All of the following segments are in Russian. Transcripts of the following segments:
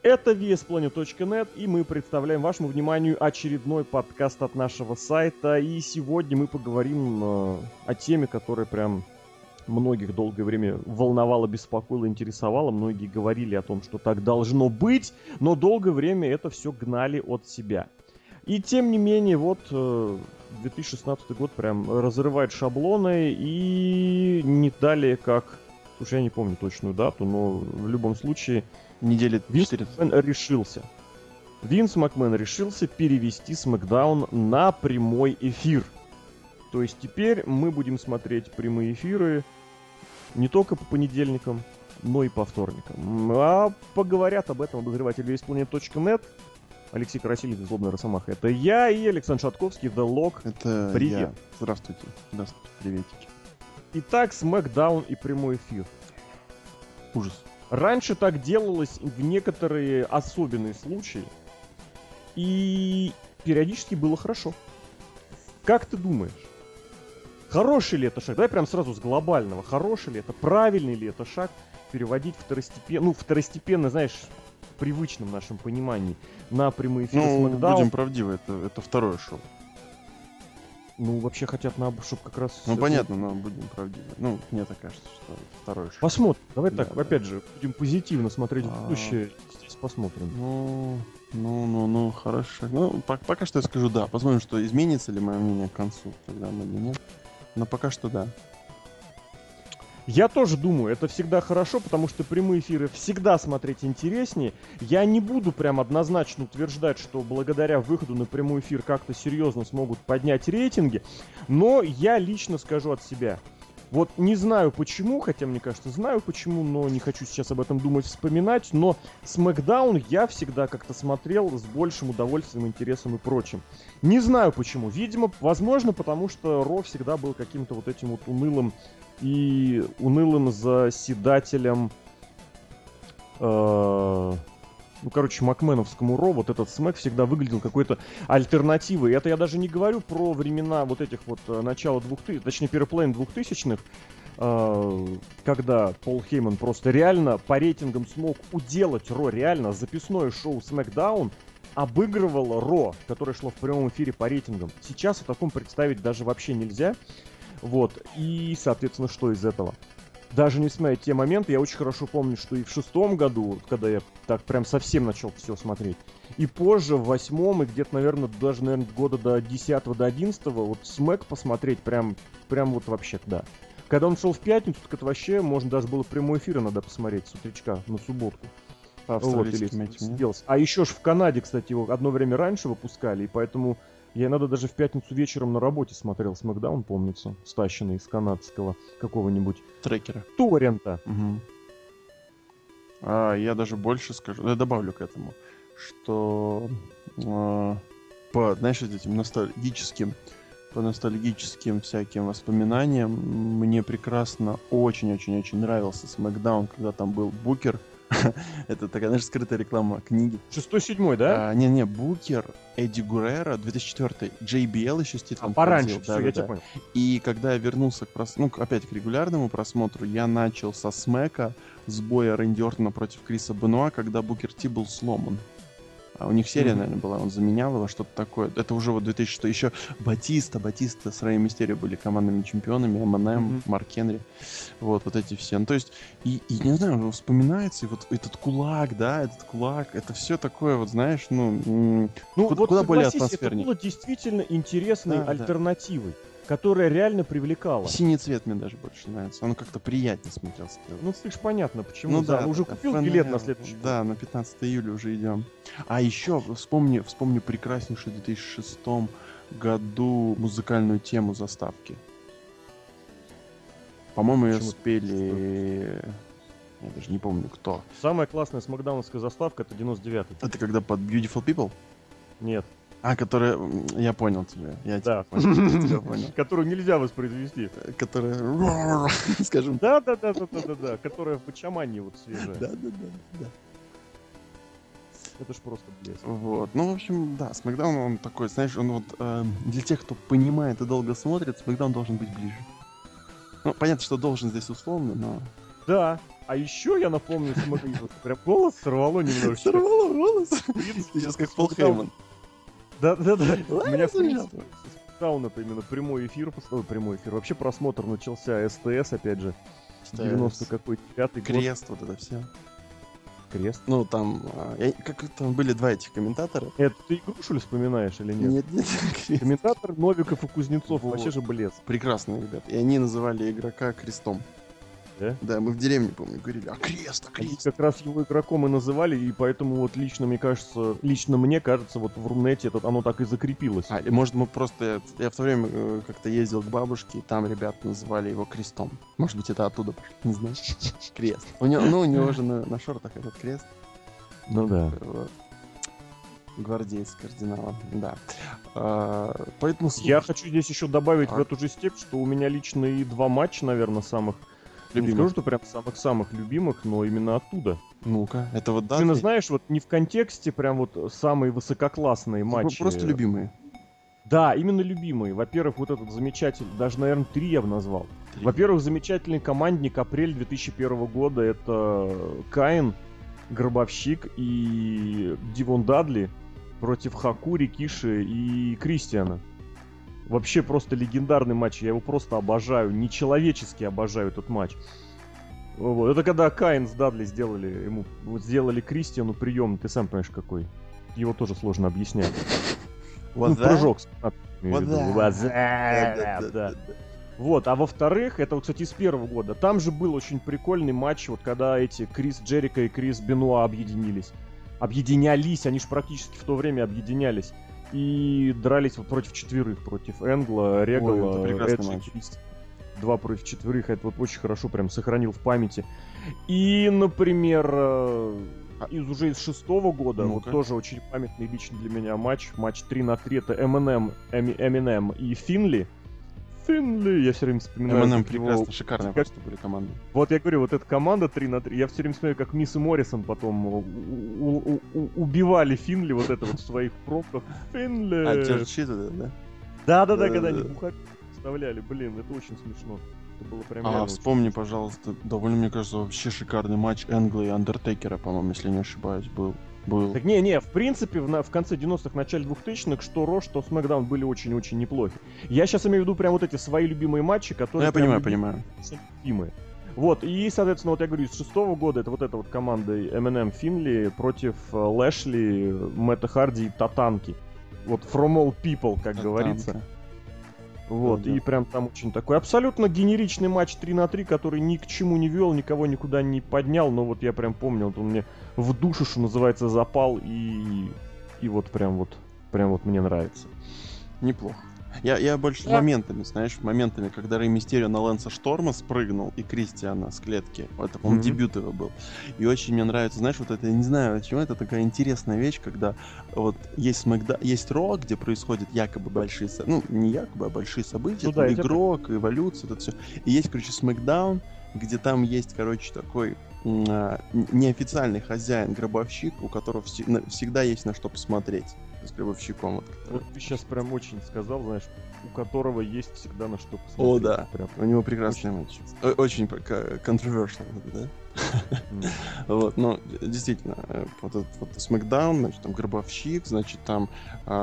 Это VSPlanet.net, и мы представляем вашему вниманию очередной подкаст от нашего сайта. И сегодня мы поговорим о теме, которая прям многих долгое время волновала, беспокоила, интересовала. Многие говорили о том, что так должно быть, но долгое время это все гнали от себя. И тем не менее, вот 2016 год прям разрывает шаблоны, и не далее как... Слушай, я не помню точную дату, но в любом случае... Недели Винс Макмен решился перевести SmackDown на прямой эфир. То есть теперь мы будем смотреть прямые эфиры не только по понедельникам, но и по вторникам. А поговорят об этом обозреватель VSPlanet.net, Алексей Красильев, Злобный Росомаха. Это я, и Александр Шатковский, The Lock. Это привет. Я. Здравствуйте. Здравствуйте, приветики. Итак, SmackDown и прямой эфир. Ужас. Раньше так делалось в некоторые особенные случаи, и периодически было хорошо. Как ты думаешь, хороший ли это шаг? Давай прям сразу с глобального. Хороший ли это, правильный ли это шаг переводить второстепенно, знаешь, в привычном нашем понимании, на прямые эфиры SmackDown? Будем правдивы, это второе шоу. Ну, вообще хотят, чтобы как раз... Ну, понятно, но будем правдивы. Ну, мне так кажется, что это второе шоу. Посмотрим. Давай да, так, да. Опять же, будем позитивно смотреть в будущее. Здесь посмотрим. Ну, хорошо. Ну, пока что я скажу да. Посмотрим, что изменится ли мое мнение к концу программы или нет. Но пока что да. Я тоже думаю, это всегда хорошо, потому что прямые эфиры всегда смотреть интереснее. Я не буду прям однозначно утверждать, что благодаря выходу на прямой эфир как-то серьезно смогут поднять рейтинги, но я лично скажу от себя. Вот не знаю почему, хотя мне кажется, знаю почему, но не хочу сейчас об этом думать, вспоминать, но SmackDown я всегда как-то смотрел с большим удовольствием, интересом и прочим. Не знаю почему, видимо, возможно, потому что Ро всегда был каким-то вот этим вот унылым заседателем, макменовскому Ро, вот этот Смэк всегда выглядел какой-то альтернативой. Это я даже не говорю про времена вот этих вот начала 2000, точнее, первой половины 2000-х, когда Пол Хейман просто реально по рейтингам смог уделать Ро, реально записное шоу SmackDown обыгрывало Ро, которое шло в прямом эфире по рейтингам. Сейчас о таком представить даже вообще нельзя. Вот, и, соответственно, что из этого? Даже несмотря на те моменты, я очень хорошо помню, что и в 2006 году, когда я так прям совсем начал все смотреть, и позже, в 2008, и где-то, наверное, года до 10-го, до 11-го, вот Смэк посмотреть прям вот вообще, да. Когда он шел в пятницу, так это вообще, можно даже было прямой эфир иногда посмотреть с утречка на субботку. Вот, а еще ж в Канаде, кстати, его одно время раньше выпускали, и поэтому... Я иногда даже в пятницу вечером на работе смотрел SmackDown, помнится, стащенный из канадского какого-нибудь трекера. Торрента. Угу. Я даже больше скажу, я добавлю к этому, что по ностальгическим всяким воспоминаниям мне прекрасно очень-очень-очень нравился SmackDown, когда там был Букер. Это такая, знаешь, скрытая реклама книги. 6-7, да? Не, Букер, Эдди Гурера, 2004, JBL еще с титром. Пораньше, все, я тебя понял. И когда я вернулся к регулярному просмотру, я начал со Смэка, с боя Рэнди Ортона против Криса Бенуа, когда Букер Ти был сломан. А у них серия, наверное, была, он заменял его, что-то такое. Это уже вот 2006. Еще Батиста с Рэй Мистерио были командными чемпионами, МНМ, Марк Хенри. Вот эти все. Ну, то есть, и не знаю, вспоминается, и вот этот кулак, это все такое, вот знаешь, куда более атмосфернее. Это было действительно интересной альтернативой, которая реально привлекала. Синий цвет мне даже больше нравится. Он как-то приятнее смотрелся. Ну, слышь, понятно, почему. Уже купил билет на следующий год. Да, на 15 июля уже идем. А еще вспомню прекраснейшую в 2006 году музыкальную тему заставки. По-моему, ее спели... Я даже не помню, кто. Самая классная смакдауновская заставка — это 99-й. Это когда под Beautiful People? Нет. Которая... Я понял тебя. Я тебя понял. Которую нельзя воспроизвести. Которая... Скажем. Да. Которая в Бачамане вот свежая. Да. Это ж просто блеск. Вот. Ну, в общем, да, SmackDown, он такой, знаешь, он вот для тех, кто понимает и долго смотрит, SmackDown должен быть ближе. Ну, понятно, что должен здесь условно, но... Да. А еще я напомню, прям голос сорвало немножечко. Сорвало голос? Ты сейчас как Пол Хейман. Да. У меня, в принципе, Смэкдаун это именно прямой эфир, вообще просмотр начался СТС, опять же, 90 какой-то 5-й год. Крест, вот это все. Крест. Ну, там, как там были два этих комментатора. Это ты игру, что ли, вспоминаешь или нет? Нет, Крест. Комментатор Новиков и Кузнецов, Вот. вообще же блеск. Прекрасные ребята. И они называли игрока Крестом. Да? Да, мы в деревне, помню, говорили, Крест, Они Крест. как раз его игроком и называли, и поэтому вот лично мне кажется, вот в Рунете оно так и закрепилось. Может, мы просто... Я в то время как-то ездил к бабушке, и там ребята называли его Крестом. Может быть, это оттуда пошло, не знаю. Крест. У него же на шортах этот крест. Ну да. Вот. Гвардейц кардинала, да. Поэтому... Я хочу здесь еще добавить в Так. эту же степь, что у меня лично и два матча, наверное, самых... Не Любимых. скажу, что прям самых-самых любимых, но именно оттуда. Ну-ка, это вот да? Именно, знаешь, вот не в контексте прям вот самые высококлассные матчи. Просто любимые. Да, именно любимые. Во-первых, вот этот замечательный, даже, наверное, 3 я бы назвал. Во-первых, замечательный командник апрель 2001 года. Это Каин, Гробовщик и Дивон Дадли против Хакури, Киши и Кристиана. Вообще просто легендарный матч. Я его просто обожаю. Нечеловечески обожаю этот матч. Вот. Это когда Каин с Дадли сделали Кристиану прием. Ты сам понимаешь, какой. Его тоже сложно объяснять. Прыжок. Да. Вот, а во-вторых, это, вот, кстати, с первого года. Там же был очень прикольный матч, вот когда эти Крис Джерико и Крис Бенуа объединялись, они же практически в то время объединялись. И дрались вот против четверых, против Энгла, Регала, Эджи, Крис. 2 против 4, это вот очень хорошо прям сохранил в памяти. И, например, уже из 6-го года, вот тоже очень памятный лично для меня матч 3-3, это Эминем и Финли, я все время вспоминаю. Эминем прекрасно, шикарные просто были команды. Вот я говорю, вот эта команда 3-3, я все время вспоминаю, как Мисс и Моррисон потом убивали Финли вот это вот в своих пробках. Финли! Джорджи туда, да? Да-да-да, когда они бухали, вставляли, блин, это очень смешно. Это было прям вспомни, пожалуйста, довольно, мне кажется, вообще шикарный матч Энгла и Андертейкера, по-моему, если не ошибаюсь, был. Так не, в принципе, в конце 90-х, начале 2000-х, что Ро, что Смэкдаун были очень-очень неплохи. Я сейчас имею в виду прям вот эти свои любимые матчи, которые... Я понимаю. Любимые. Вот, и, соответственно, вот я говорю, с 6-го года это вот эта вот команда Эминем Финли против Лэшли, Мэтта Харди и Татанки. Вот From All People, как говорится. Вот, и прям там очень такой абсолютно генеричный матч 3-3, который ни к чему не вел, никого никуда не поднял, но вот я прям помню, вот он мне в душу, что называется, запал, и вот прям вот мне нравится. Неплохо. Я больше моментами, когда Рэй Мистерио на Лэнса Шторма спрыгнул и Кристиана с клетки. Это, по-моему, дебют его был. И очень мне нравится, знаешь, вот это, я не знаю, почему это такая интересная вещь, когда вот есть Ро, где происходят якобы большие не якобы, а большие события, игрок, эволюция, это все. И есть, короче, Смэкдаун, где там есть, короче, такой неофициальный хозяин, гробовщик, у которого всегда есть на что посмотреть. С гробовщиком. Вот ты сейчас прям очень сказал, знаешь, у которого есть всегда на что посмотреть. О, да. Прям. У него прекрасный матч. Очень controversial, да? Вот, но действительно, вот этот вот Смэкдаун, значит, там Гробовщик, значит, там...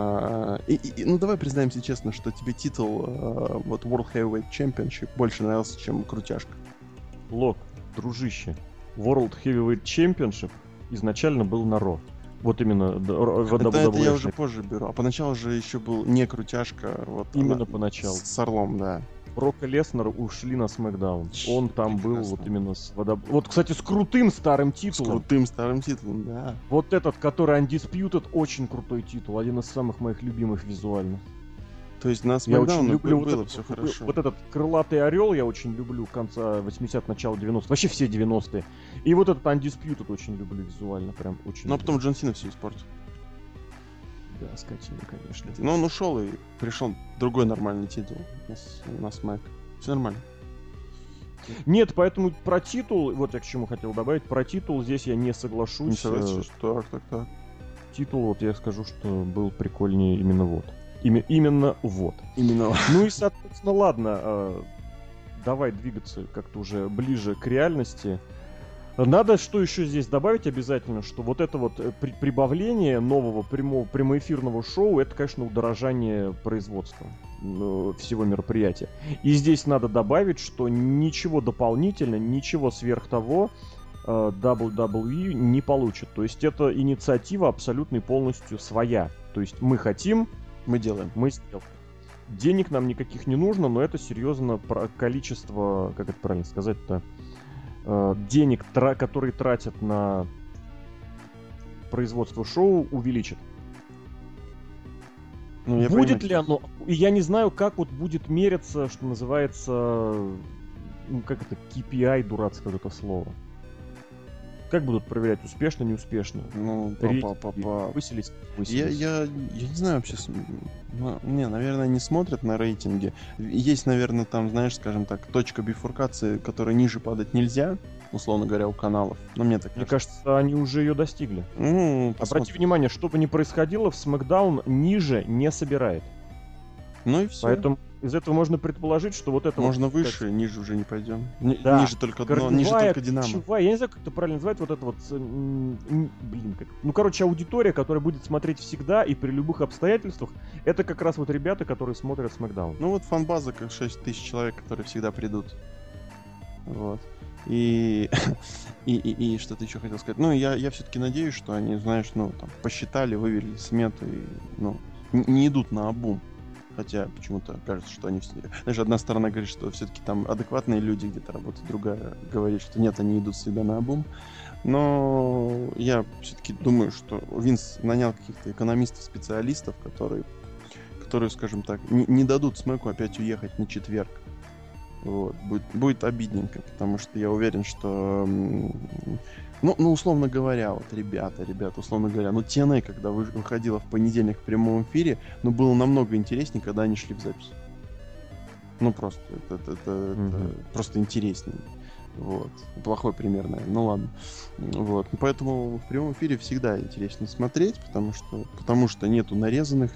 Ну, давай признаемся честно, что тебе титул вот World Heavyweight Championship больше нравился, чем крутяшка. Лок, дружище, World Heavyweight Championship изначально был на Ро. Вот именно в это я уже позже беру. А поначалу же еще был не крутяшка. Вот именно поначалу. С Орлом, да. Брок и Леснер ушли на Смэкдаун. Он там был вот именно с Вот, кстати, с крутым старым титулом. Да. Вот этот, который Undisputed, очень крутой титул. Один из самых моих любимых визуально. То есть на Смэкдауне было все хорошо. Вот этот крылатый орел я очень люблю конца 80-х, начала 90-х. Вообще все 90-е. И вот этот Undisputed очень люблю визуально. Прям очень. Ну а потом Джон Сина все испортил. Да, скотина, конечно. Но он ушел и пришел другой нормальный титул на Смэк. Все нормально. Нет, поэтому про титул, вот я к чему хотел добавить, про титул здесь я не соглашусь. Не соглашусь, так. Титул, вот я скажу, что был прикольнее именно вот. Именно вот. Ну и, соответственно, ладно, давай двигаться как-то уже ближе к реальности. Надо что еще здесь добавить обязательно, что вот это вот прибавление нового прямоэфирного шоу, это, конечно, удорожание производства всего мероприятия. И здесь надо добавить, что ничего дополнительно, ничего сверх того WWE не получит. То есть это инициатива абсолютно и полностью своя. То есть мы хотим, Мы делаем. мы сделаем. Денег нам никаких не нужно, но это серьезно количество, как это правильно сказать-то, денег, которые тратят на производство шоу, увеличит. Ну, Будет ли оно? И я не знаю, как вот будет мериться, что называется, ну, как это, KPI, дурацкое это слово. Как будут проверять, успешно, неуспешно? Ну, Выселить. Я не знаю вообще. Не, наверное, не смотрят на рейтинги. Есть, наверное, там, знаешь, скажем так, точка бифуркации, которой ниже падать нельзя, условно говоря, у каналов. Но мне так Мне кажется. кажется, они уже ее достигли. Ну, Обрати внимание, что бы ни происходило, в SmackDown ниже не собирает. Ну и все. Поэтому из этого можно предположить, что вот это Можно вот, выше, ниже уже не пойдем. Да. Ниже только дно, ниже корневая, только Динамо. ключевая, я не знаю, как это правильно называть, вот это вот, блин, как... Ну, короче, аудитория, которая будет смотреть всегда и при любых обстоятельствах, это как раз вот ребята, которые смотрят SmackDown. Ну вот фан-база, как 6 тысяч человек, которые всегда придут. Вот. И что ты еще хотел сказать? Ну, я все-таки надеюсь, что они, знаешь, ну, там, посчитали, вывели смету и, ну, не идут на обум. Хотя почему-то кажется, что они все... Знаешь, одна сторона говорит, что все-таки там адекватные люди где-то работают, другая говорит, что нет, они идут всегда на обум. Но я все-таки думаю, что Винс нанял каких-то экономистов, специалистов, которые, скажем так, не дадут Смэку опять уехать на четверг. Вот. Будет обидненько, потому что я уверен, что... Ну, условно говоря, вот, ребята, условно говоря, ну, TNA, когда выходила в понедельник в прямом эфире, ну, было намного интереснее, когда они шли в запись. Ну, просто, это просто интереснее. Вот. Плохой пример, наверное, ну ладно. Вот. Поэтому в прямом эфире всегда интереснее смотреть, потому что нету нарезанных,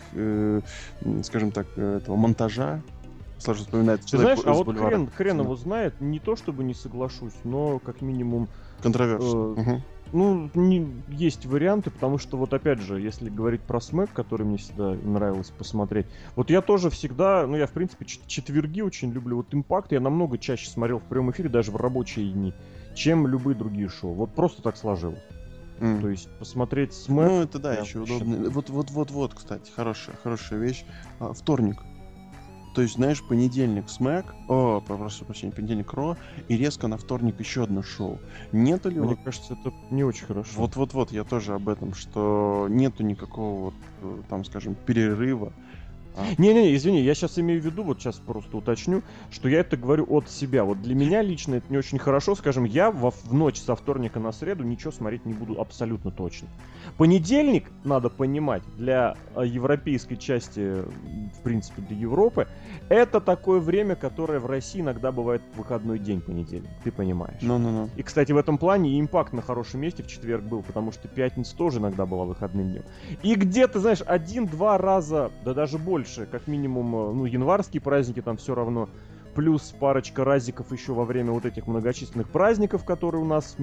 скажем так, этого монтажа. Сложно вспоминать. Ты знаешь, а вот хрен его знает, не то чтобы не соглашусь, но как минимум... Контроверсия. Ну, есть варианты, потому что вот опять же, если говорить про Смэк, который мне всегда нравилось посмотреть, вот я тоже всегда, ну я в принципе четверги очень люблю, вот Импакт я намного чаще смотрел в прямом эфире, даже в рабочие дни, чем любые другие шоу. Вот просто так сложилось. То есть посмотреть Смэк... Ну это да, еще удобно. Вот, кстати, хорошая вещь. Вторник. То есть, знаешь, понедельник Смэк, прошу прощения, понедельник Ро, и резко на вторник еще одно шоу. Нету ли... Мне кажется, это не очень хорошо. Вот, я тоже об этом, что нету никакого, вот, там, скажем, перерыва. Не-не, извини, я сейчас имею в виду, вот сейчас просто уточню, что я это говорю от себя. Вот для меня лично это не очень хорошо, скажем, я в ночь со вторника на среду ничего смотреть не буду абсолютно точно. Понедельник, надо понимать, для европейской части, в принципе, для Европы, это такое время, которое в России иногда бывает выходной день понедельник, ты понимаешь. Ну. И, кстати, в этом плане Импакт на хорошем месте в четверг был, потому что пятница тоже иногда была выходным днем. И где-то, знаешь, 1-2 раза, да даже больше, как минимум, ну, январские праздники там все равно, плюс парочка разиков еще во время вот этих многочисленных праздников, которых у нас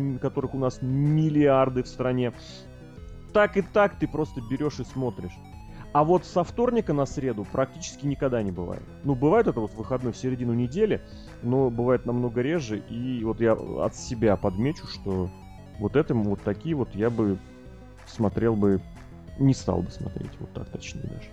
миллиарды в стране. Так и так ты просто берешь и смотришь. А вот со вторника на среду практически никогда не бывает. Ну, бывает это вот выходной в середину недели, но бывает намного реже. И вот я от себя подмечу, что вот этим вот такие вот я бы смотрел бы, не стал бы смотреть, вот так точнее даже.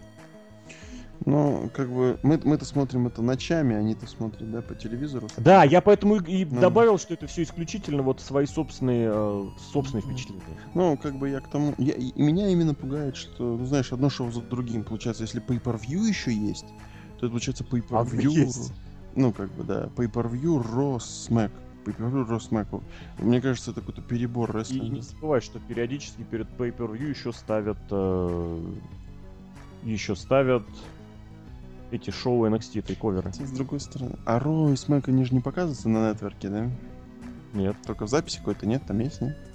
Ну, как бы, мы-то смотрим это ночами, они-то смотрят, да, по телевизору. Да, я поэтому и добавил, что это все исключительно вот свои собственные впечатления. Ну, как бы я к тому... И меня именно пугает, что, ну, знаешь, одно шоу за другим. Получается, если pay-per-view еще есть, то это получается pay-per-view... Ну, как бы, да, pay-per-view, Raw, Smack. Pay-per-view, Raw, Smack. Мне кажется, это какой-то перебор рестлинга. И не забывай, что периодически перед pay-per-view еще ставят эти шоу NXT, тейковеры. С другой стороны. А Raw и Smack, они же не показываются на нетворке, да? Нет. Только в записи какой-то нет, там есть, нет?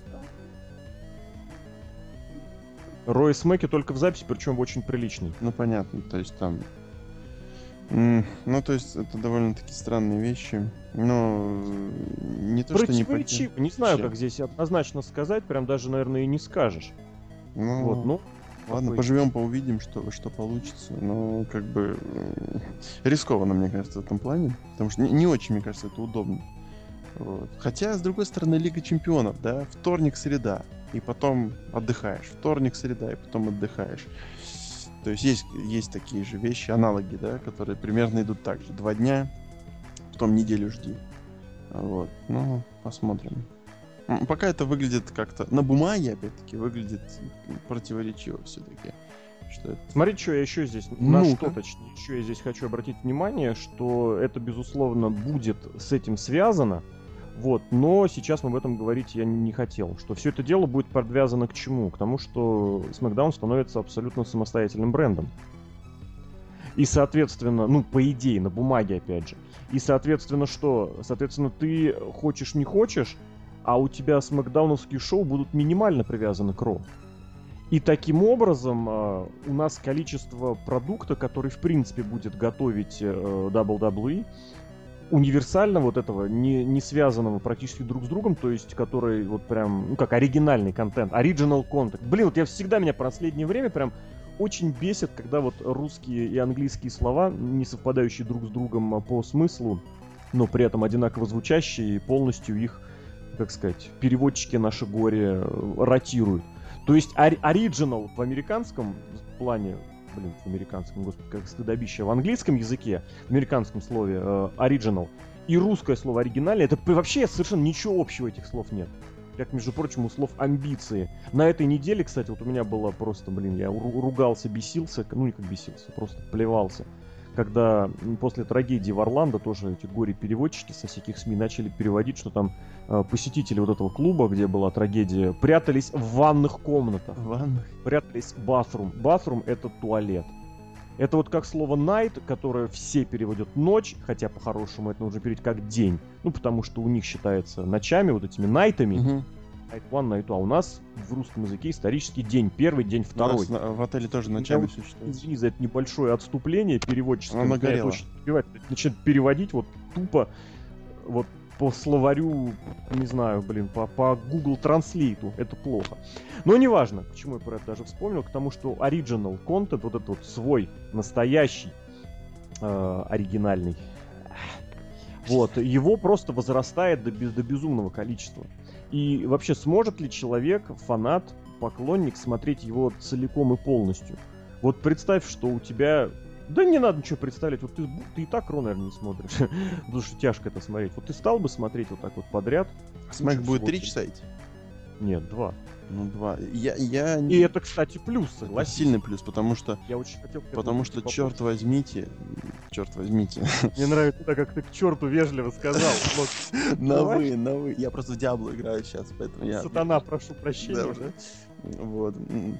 Raw и Smack только в записи, причем очень приличный. Ну, понятно, то есть там... Ну, то есть это довольно-таки странные вещи. Но не то то, что не Противоречиво. Не знаю, Чем? как здесь однозначно сказать. Прям даже, наверное, и не скажешь. Ну, Вот, ну, ладно, такой. поживем, поувидим, что получится. Но как бы рискованно, мне кажется, в этом плане. Потому что не очень, мне кажется, это удобно. Вот. Хотя, с другой стороны, Лига Чемпионов, да, вторник, среда, и потом отдыхаешь. Вторник, среда, и потом отдыхаешь. То есть есть такие же вещи, аналоги, да, которые примерно идут так же. 2 дня, потом неделю жди. Вот. Ну, посмотрим. Пока это выглядит как-то... На бумаге, опять-таки, выглядит противоречиво все-таки. Что это... Смотри, что я еще здесь, на что точнее, еще я здесь хочу обратить внимание, что это, безусловно, будет с этим связано, вот, но сейчас мы об этом говорить я не хотел, что все это дело будет подвязано к чему? К тому, что SmackDown становится абсолютно самостоятельным брендом. И, соответственно, ну, по идее, на бумаге, опять же. И, соответственно, что? Соответственно, ты хочешь, не хочешь, а у тебя смакдауновские шоу будут минимально привязаны к Ро. И таким образом у нас количество продукта, который в принципе будет готовить WWE, универсально вот этого, не связанного практически друг с другом, то есть который вот прям, ну как оригинальный контент, original content. Блин, вот я всегда, меня в последнее время прям очень бесит, когда вот русские и английские слова, не совпадающие друг с другом по смыслу, но при этом одинаково звучащие, и полностью их, как сказать, переводчики наши горе ротируют. То есть оригинал в американском плане, блин, в американском, господи, как стыдобище, в английском языке, в американском слове оригинал, и русское слово оригинальное, это вообще совершенно ничего общего этих слов нет. Как, между прочим, у слов амбиции. На этой неделе, кстати, вот у меня было просто, блин, я ругался, бесился, ну не как бесился, просто плевался. Когда после трагедии в Орландо тоже эти горе-переводчики со всяких СМИ начали переводить, что там посетители вот этого клуба, где была трагедия, прятались в ванных комнатах. Прятались в bathroom. Bathroom — это туалет. Это вот как слово night, которое все переводят ночь, хотя по-хорошему это нужно переводить как день. Ну, потому что у них считается ночами, вот этими найтами. Night one, night two. А у нас в русском языке исторический день первый, день второй. У нас в отеле тоже ночами все считается. Извини за это небольшое отступление переводческое. Оно горело. Начинает переводить вот тупо вот по словарю, не знаю, блин, по Google Translate. Это плохо. Но неважно, почему я про это даже вспомнил, к тому, что original content, вот этот вот свой, настоящий, оригинальный, вот, его просто возрастает до безумного количества. И вообще, сможет ли человек, фанат, поклонник, смотреть его целиком и полностью? Вот представь, что у тебя... Да не надо ничего представлять, вот ты и так Ро, наверное, не смотришь, потому что тяжко это смотреть. Вот ты стал бы смотреть вот так вот подряд? Смэк будет 3 часа идти? Нет, 2. Ну, 2. И это, кстати, плюс, согласен. Сильный плюс, потому что... Я очень хотел... Потому что, черт возьмите... Мне нравится так, как ты к черту вежливо сказал. На вы. Я просто в Диабло играю сейчас, поэтому я... Сатана, прошу прощения, да? Вот.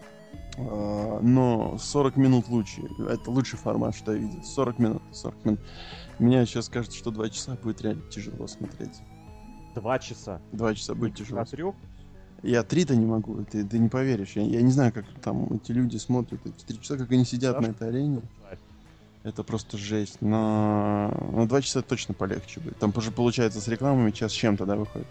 Но 40 минут лучше. Это лучший формат, что я видел. 40 минут. Мне сейчас кажется, что 2 часа будет реально тяжело смотреть. 2 часа? 2 часа будет тяжело. На 3? Я 3-то не могу, ты не поверишь. Я не знаю, как там эти люди смотрят эти 3 часа, как они сидят на этой арене. Это просто жесть. Но 2 часа точно полегче будет. Там уже получается с рекламами час с чем-то, да, выходит?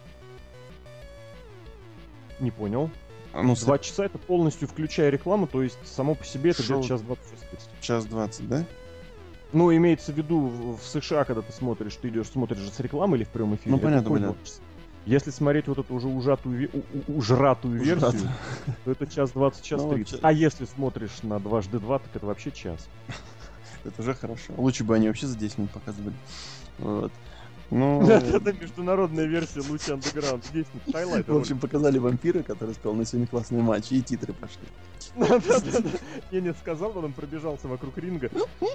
Не понял. 2 часа это полностью включая рекламу, то есть само по себе это где-то час 20. Час 20, да? Ну, имеется в виду в США, когда ты смотришь, ты идешь, смотришь же с рекламой или в прямом эфире. Ну, понятно. Если смотреть вот эту уже ужратую версию, то это час 20, час 30. А если смотришь на 2x2, так это вообще час. Это уже хорошо. Лучше бы они вообще за 10 минут показывали. Вот. Ну... Это международная версия Лучи Андеграунд. Здесь хайлайт. В общем, показали вампира, который сказал, на сегодня классный матч, и титры пошли. Я не сказал, но он пробежался вокруг ринга.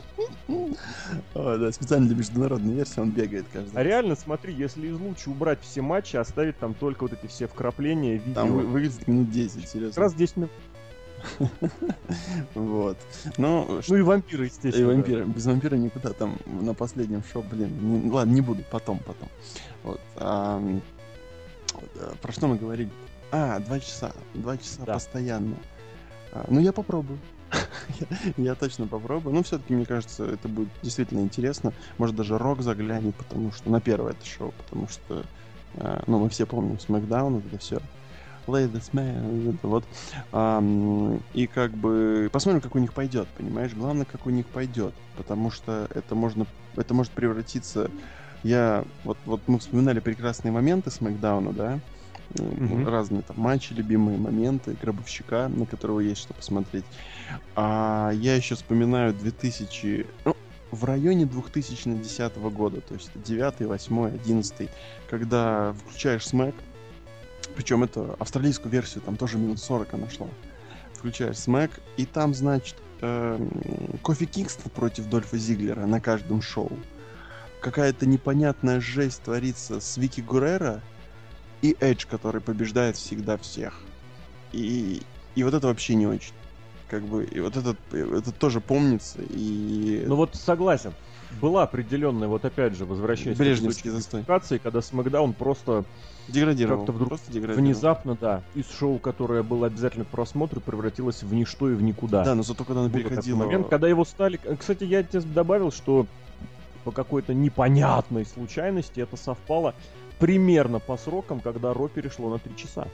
Да, специально для международной версии он бегает каждый раз. А реально, смотри, если из Лучи убрать все матчи, оставить там только вот эти все вкрапления, видео... Там выглядит минут 10, серьезно. Как раз 10 минут. Вот. Ну и вампиры, естественно. И вампиры. Без вампира никуда. Там на последнем шоу, блин. Ладно, не буду. Потом. Вот. Про что мы говорили? 2 часа. 2 часа постоянно. Ну, я попробую. Я точно попробую. Ну, все-таки, мне кажется, это будет действительно интересно. Может, даже Рок заглянет, потому что на первое это шоу, потому что, ну, мы все помним SmackDown, вот это все. Ladies man, это вот. И как бы посмотрим, как у них пойдет, понимаешь? Главное, как у них пойдет, потому что это может превратиться. Вот мы вспоминали прекрасные моменты SmackDown, да? Разные там матчи, любимые моменты Гробовщика, на которого есть что посмотреть. А я еще вспоминаю в районе 2010 года, то есть 9, 8, 11, когда включаешь Смэк, причем это австралийскую версию, там тоже минут 40 она шла. Включаешь Смэк, и там, значит, Кофи Кингстон против Дольфа Зиглера на каждом шоу. Какая-то непонятная жесть творится с Вики Гурреро и Эдж, который побеждает всегда всех. И вот это вообще не очень. Как бы, и вот это тоже помнится. И... Ну вот согласен. Была определенная, вот опять же, возвращаясь Брежневский застой, когда SmackDown просто деградировал. Как-то вдруг внезапно, да, из шоу, которое было обязательно к просмотру, превратилось в ничто и в никуда. Да, но зато когда она переходила... момент, когда его стали... Кстати, я тебе добавил, что по какой-то непонятной случайности это совпало примерно по срокам, когда Ро перешло на 3 часа.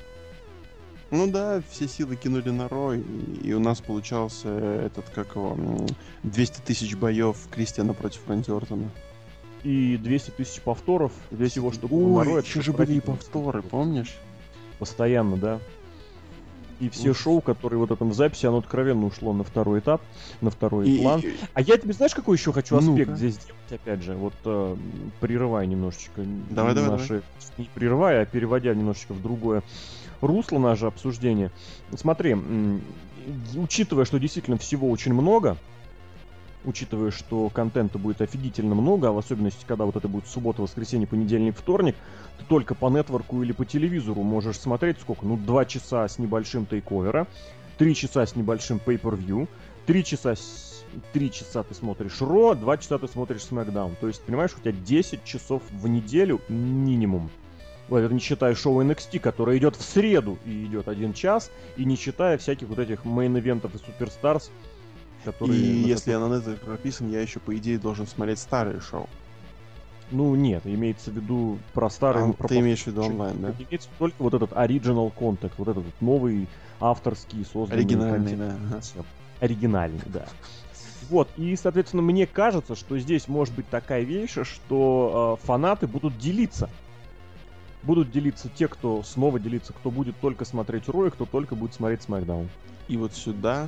Ну да, все силы кинули на Ро, и у нас получался этот, 200 тысяч боев Кристиана против Рэнди Ортона. И 200 тысяч повторов. Всего, что было на Ро. Еще же были и повторы, помнишь? Постоянно, да. И все шоу, которые вот этом в записи, оно откровенно ушло на второй этап, на второй план. А я тебе знаешь, какой еще хочу аспект здесь сделать, опять же, вот прерывая немножечко. Давай. Не прерывая, а переводя немножечко в другое русло наше обсуждение. Смотри, учитывая, что действительно всего очень много, учитывая, что контента будет офигительно много, а в особенности, когда вот это будет суббота, воскресенье, понедельник, вторник, ты только по нетворку или по телевизору можешь смотреть сколько? 2 часа с небольшим тейковера, 3 часа с небольшим pay-per-view, 3 часа ты смотришь Ро, 2 часа ты смотришь SmackDown. То есть, понимаешь, у тебя 10 часов в неделю минимум. Это не считая шоу NXT, которое идет в среду и идет 1 час, и не считая всяких вот этих мейн-ивентов и суперстарс, которые... И если я на Netflix прописан, я еще, по идее, должен смотреть старые шоу. Ну, нет, имеется в виду про старые... Ты имеешь в виду онлайн, да? Имеется только вот этот original content, вот этот новый авторский созданный... Оригинальный, да. Оригинальный, да. Вот, и, соответственно, мне кажется, что здесь может быть такая вещь, что фанаты будут делиться. Будут делиться те, кто снова делится, кто будет только смотреть Ро, и кто только будет смотреть SmackDown. И вот сюда...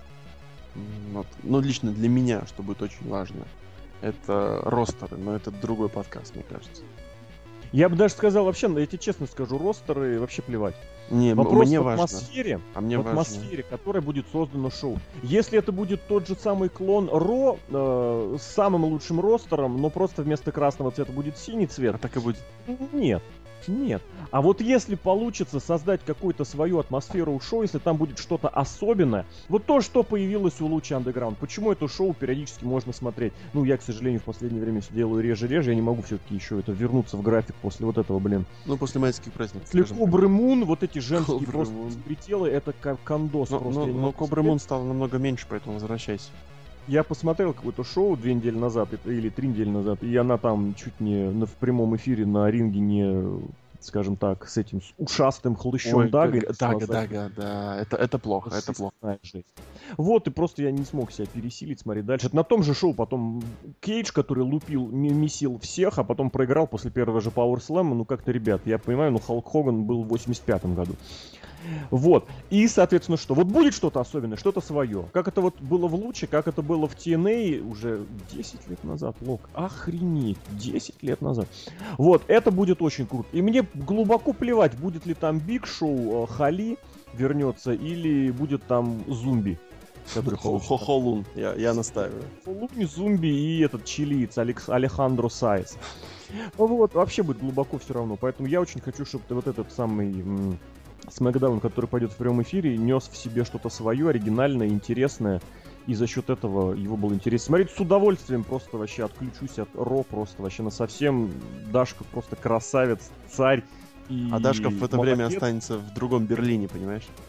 Ну, лично для меня, что будет очень важно, это ростеры, но это другой подкаст, мне кажется. Я бы даже сказал, вообще, я тебе честно скажу, ростеры вообще плевать. Не, вопрос мне в атмосфере, важно. В атмосфере, которой будет создано шоу. Если это будет тот же самый клон Ро с самым лучшим ростером, но просто вместо красного цвета будет синий цвет. А так и будет. Нет. А вот если получится создать какую-то свою атмосферу у шоу, если там будет что-то особенное, вот то, что появилось у Лучи Underground, почему это шоу периодически можно смотреть? Ну, я, к сожалению, в последнее время все делаю реже-реже, я не могу все-таки еще это вернуться в график после вот этого, Ну, после майских праздников. Если Кобры Мун, вот эти женские просто прителы, это как кондос просто. Но Кобры Мун стало намного меньше, поэтому возвращайся. Я посмотрел какое-то шоу 2 недели назад, или 3 недели назад, и она там чуть не в прямом эфире на ринге не, скажем так, с этим с ушастым хлыщом Дагой. Да, это плохо, это плохо. Жесть. Вот, и просто я не смог себя пересилить, смотреть дальше. Это на том же шоу потом Кейдж, который месил всех, а потом проиграл после первого же Power Slam. Ну как-то, ребят, я понимаю, Халк Хоган был в 85-м году. Вот. И, соответственно, что? Вот будет что-то особенное, что-то свое. Как это вот было в Луче, как это было в TNA уже 10 лет назад, Лок. Охренеть, 10 лет назад. Вот, это будет очень круто. И мне глубоко плевать, будет ли там Биг Шоу, Хали вернется, или будет там Зумби. Хохолун, я настаиваю. Хохолун, Зумби и этот чилиец Алехандро Сайс. Вот, вообще будет глубоко все равно. Поэтому я очень хочу, чтобы вот этот самый... SmackDown, который пойдет в прямом эфире, нес в себе что-то свое, оригинальное, интересное, и за счет этого его было интересно смотреть. С удовольствием просто вообще отключусь от Ро, просто вообще насовсем. Дашков просто красавец, царь. А Дашков в это время останется в другом Берлине, понимаешь?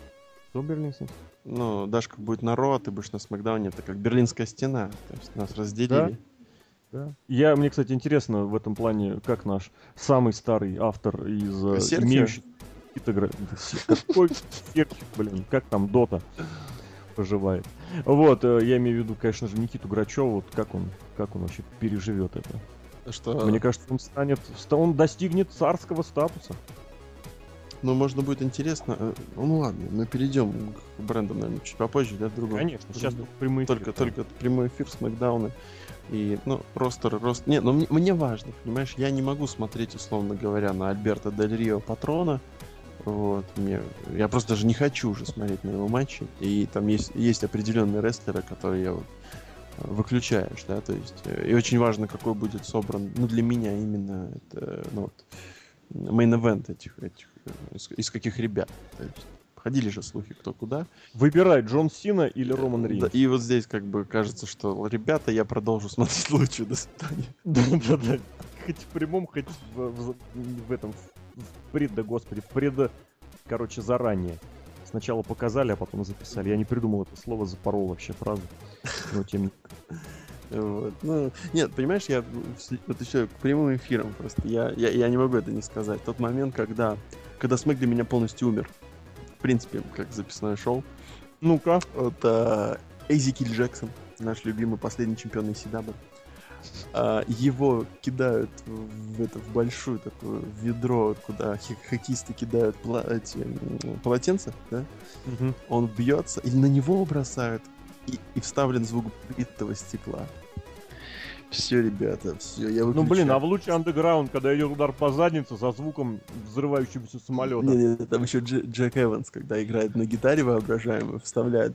Что Берлинский? Ну, Дашка будет на Ро, а ты будешь на Смакдауне. Это как Берлинская стена. То есть нас разделили. Да. Мне, кстати, интересно в этом плане, как наш самый старый автор из Серхио? имеющих какой Серхио, блин, как там Дота поживает. Вот, я имею в виду, конечно же, Никиту Грачева, вот как он вообще переживет это. Что... Мне кажется, он достигнет царского статуса. Ну, можно будет интересно. Ну ладно, мы перейдем к брендам, наверное, чуть попозже, да, другому. Конечно, сейчас прямой эфир. Только прямой эфир с Макдауна. И, ну, рост. Не, ну мне важно, понимаешь, я не могу смотреть, условно говоря, на Альберто Дель Рио Патрона. Вот, я просто даже не хочу уже смотреть на его матчи. И там есть определенные рестлеры, которые я вот выключаешь, да, то есть. И очень важно, какой будет собран, ну, для меня именно это, ну, вот, мейн-эвент этих из каких ребят. То есть, ходили же слухи кто куда. Выбирай, Джон Сина или Роман Рейнс. Да, и вот здесь как бы кажется, что ребята, я продолжу смотреть лучше. До свидания. Да. Хоть в прямом, хоть в этом, короче, заранее. Сначала показали, а потом записали. Я не придумал это слово, запорол вообще фразу. Но тем не менее. Вот. Ну, нет, понимаешь, я вот еще к прямым эфирам просто. Я не могу это не сказать. Тот момент, когда Смэк для меня полностью умер. В принципе, как записное шоу. Ну-ка. Вот Эзекиль Джексон, наш любимый последний чемпион ECW. Его кидают в большую такое ведро, куда хоккеисты кидают полотенца, да? Угу. Он бьется, и на него бросают, и вставлен звук битого стекла. Все, ребята, все, я выключаю. Ну, блин, а в луче андеграунд, когда идет удар по заднице со звуком взрывающегося самолета. Не, там еще Джек Эванс, когда играет на гитаре воображаемой, вставляет.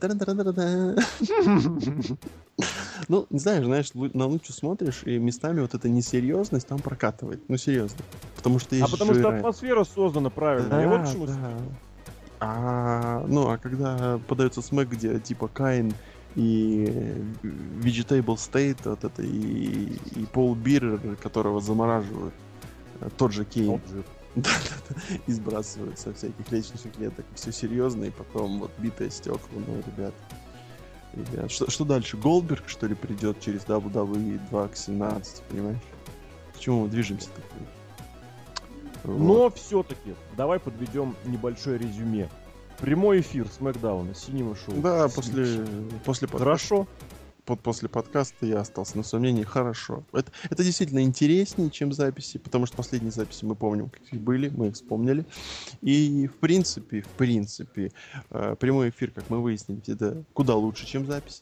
Ну, не знаешь, на лучше смотришь, и местами вот эта несерьезность там прокатывает. Ну, серьезно. Потому что есть потому что атмосфера создана правильно. Я вот к чему. Ну, а когда подается Смэк, где типа Каин и Vegetable State, вот это, и Пол Бирер, которого замораживают, тот же Кейн. И сбрасывают со всяких лестничных клеток. Все серьезно, и потом вот битое стекло. Ну, ребят, что дальше? Голдберг, что ли, придет через WWE 2K17, понимаешь? К чему мы движемся-то? Вот. Но все-таки давай подведем небольшое резюме. Прямой эфир Смэкдауна, синего шоу. Да, после подкаста. Хорошо. После подкаста я остался на своем мнении. Хорошо. Это действительно интереснее, чем записи, потому что последние записи мы помним, какие были, мы их вспомнили. И в принципе, прямой эфир, как мы выяснили, это куда лучше, чем запись.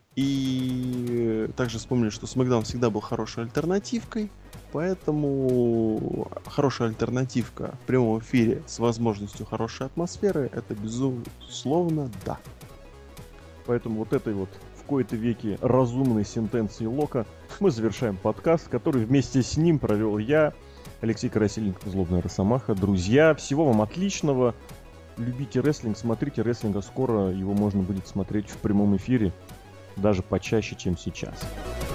И также вспомнили, что Смэкдаун всегда был хорошей альтернативкой, поэтому хорошая альтернативка в прямом эфире с возможностью хорошей атмосферы — это, безусловно, да. Поэтому вот этой вот в кои-то веки разумной сентенции Лока мы завершаем подкаст, который вместе с ним провел я, Алексей Красильников, Злобная Росомаха. Друзья, всего вам отличного. Любите рестлинг, смотрите рестлинг, а скоро его можно будет смотреть в прямом эфире, даже почаще, чем сейчас.